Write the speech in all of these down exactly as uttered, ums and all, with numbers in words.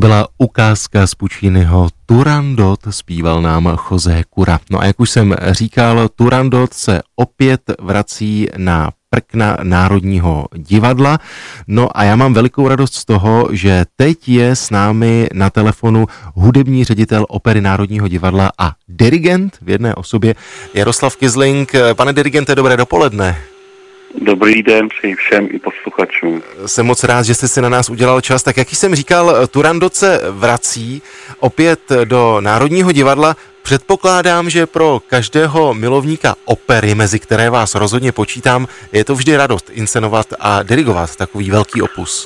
byla ukázka z Pucciniho Turandot, zpíval nám José Cura. No a jak už jsem říkal, Turandot se opět vrací na prkna Národního divadla. No a já mám velikou radost z toho, že teď je s námi na telefonu hudební ředitel Opery Národního divadla a dirigent v jedné osobě Jaroslav Kizling. Pane dirigente, dobré dopoledne. Dobrý den přeji všem i posluchačům. Jsem moc rád, že jste si na nás udělal čas. Tak jak jsem říkal, Turandot se vrací opět do Národního divadla. Předpokládám, že pro každého milovníka opery, mezi které vás rozhodně počítám, je to vždy radost inscenovat a dirigovat takový velký opus.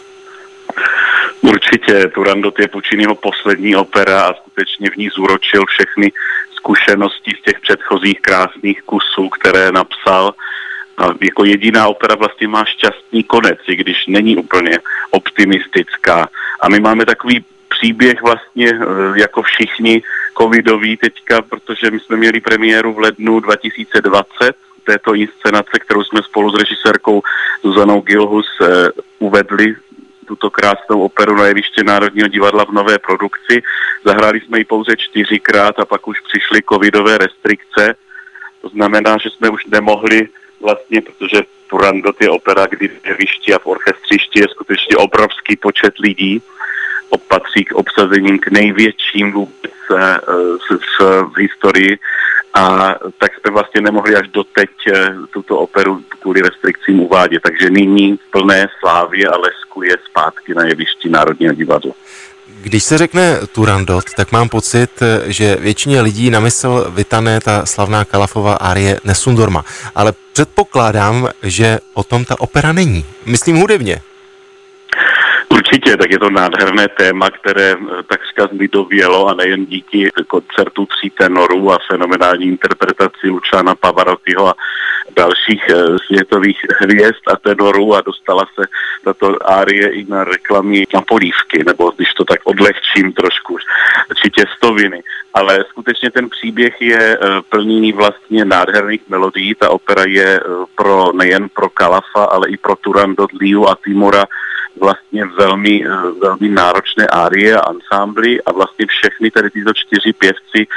Určitě, Turandot je Pucciniho poslední opera a skutečně v ní zúročil všechny zkušenosti z těch předchozích krásných kusů, které napsal. A jako jediná opera vlastně má šťastný konec, i když není úplně optimistická. A my máme takový příběh vlastně jako všichni covidový teďka, protože my jsme měli premiéru v lednu dva tisíce dvacet této inscenace, kterou jsme spolu s režisérkou Zuzanou Gilhus eh, uvedli, tuto krásnou operu na jeviště Národního divadla v nové produkci. Zahráli jsme ji pouze čtyřikrát a pak už přišly covidové restrikce. To znamená, že jsme už nemohli vlastně, protože Turandot je opera, kdy v jevišti a v orchestřišti je skutečně obrovský počet lidí. Patří k obsazením k největším vůbec v historii a tak jsme vlastně nemohli až doteď tuto operu kvůli restrikcím uvádět. Takže nyní v plné slávě a lesku je zpátky na jevišti Národního divadla. Když se řekne Turandot, tak mám pocit, že většině lidí na mysl vytane ta slavná Kalafova árie Nessun dorma. Ale předpokládám, že o tom ta opera není. Myslím hudebně. Určitě, tak je to nádherné téma, které takřka zlidovělo a nejen díky koncertu tří tenorů a fenomenální interpretaci Luciana Pavarottiho a dalších světových hvězd a tenorů a dostala se tato árie i na reklamy na polívky, nebo když to tak odlehčím trošku, či těstoviny. Ale skutečně ten příběh je plný vlastně nádherných melodií. Ta opera je pro nejen pro Kalafa, ale i pro Turandot, Liu a Timura vlastně velmi, velmi náročné árie a ansámbly a vlastně všechny tady tyto čtyři pěvci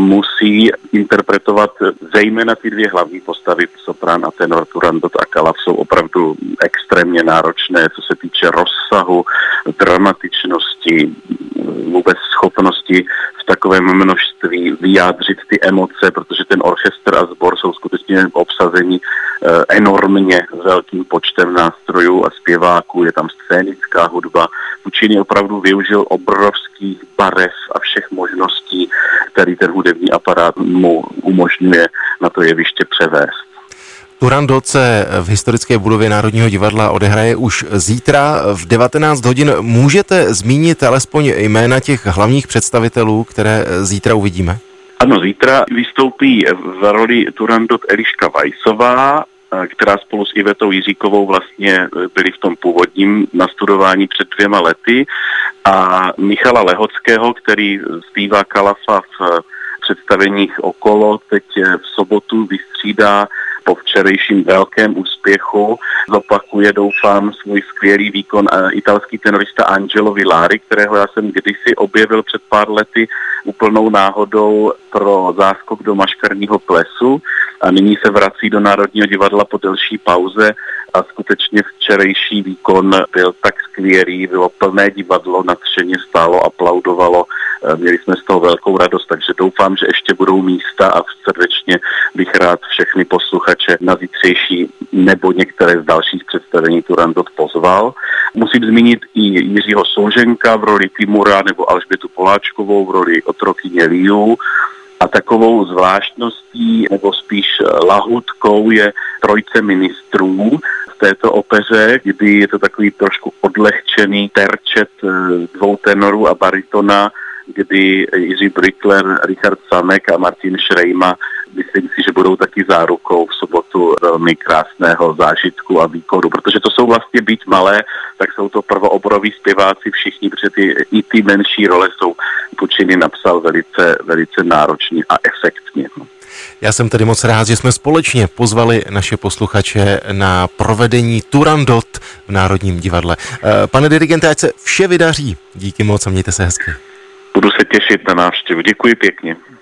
musí interpretovat zejména ty dvě hlavní postavy, soprán a tenor. Turandot a Kalaf jsou opravdu extrémně náročné, co se týče rozsahu, dramatičnosti, vůbec schopnosti v takovém množství vyjádřit ty emoce, protože ten orchestr a sbor jsou skutečně obsazeni eh, enormně velkým počtem nástrojů a zpěváků, je tam scénická hudba. Puccini opravdu využil obrovských barev a všech možností, který ten hudební aparát mu umožňuje na to jeviště převést. Turandot se v historické budově Národního divadla odehraje už zítra v devatenáct hodin. Můžete zmínit alespoň jména těch hlavních představitelů, které zítra uvidíme? Ano, zítra vystoupí v roli Turandot Eliška Weissová, která spolu s Ivetou Jiříkovou vlastně byli v tom původním nastudování před dvěma lety, a Michala Lehockého, který zpívá Kalafa v představeních okolo, teď v sobotu vystřídá po včerejším velkém úspěchu. Zopakuje, doufám, svůj skvělý výkon italský tenorista Angelo Villari, kterého já jsem kdysi objevil před pár lety úplnou náhodou pro záskok do maškarního plesu a nyní se vrací do Národního divadla po delší pauze a skutečně včerejší výkon byl tak skvělý, bylo plné divadlo, nadšeně stálo, aplaudovalo, měli jsme z toho velkou radost, takže doufám, že ještě budou místa a srdečně bych rád všechny posluchače na zítřejší nebo některé z dalších představení Turandot pozval. Musím zmínit i Jiřího Souženka v roli Timura nebo Alžbětu Poláčkovou v roli otrokyně Liu. A takovou zvláštností, nebo spíš lahůdkou je trojce ministrů v této opeře, kdy je to takový trošku odlehčený terčet dvou tenorů a baritona, kdy Jiří Brückler, Richard Samek a Martin Šrejma, myslím si, že budou taky zárukou v sobotu velmi krásného zážitku a výkonu, protože to jsou vlastně, byť malé, tak jsou to prvooboroví zpěváci všichni, protože ty, i ty menší role jsou Puccini napsal velice, velice náročně a efektně. Já jsem tedy moc rád, že jsme společně pozvali naše posluchače na provedení Turandot v Národním divadle. Pane dirigente, ať se vše vydaří. Díky moc a mějte se hezky. Budu se těšit na návštěvu. Děkuji pěkně.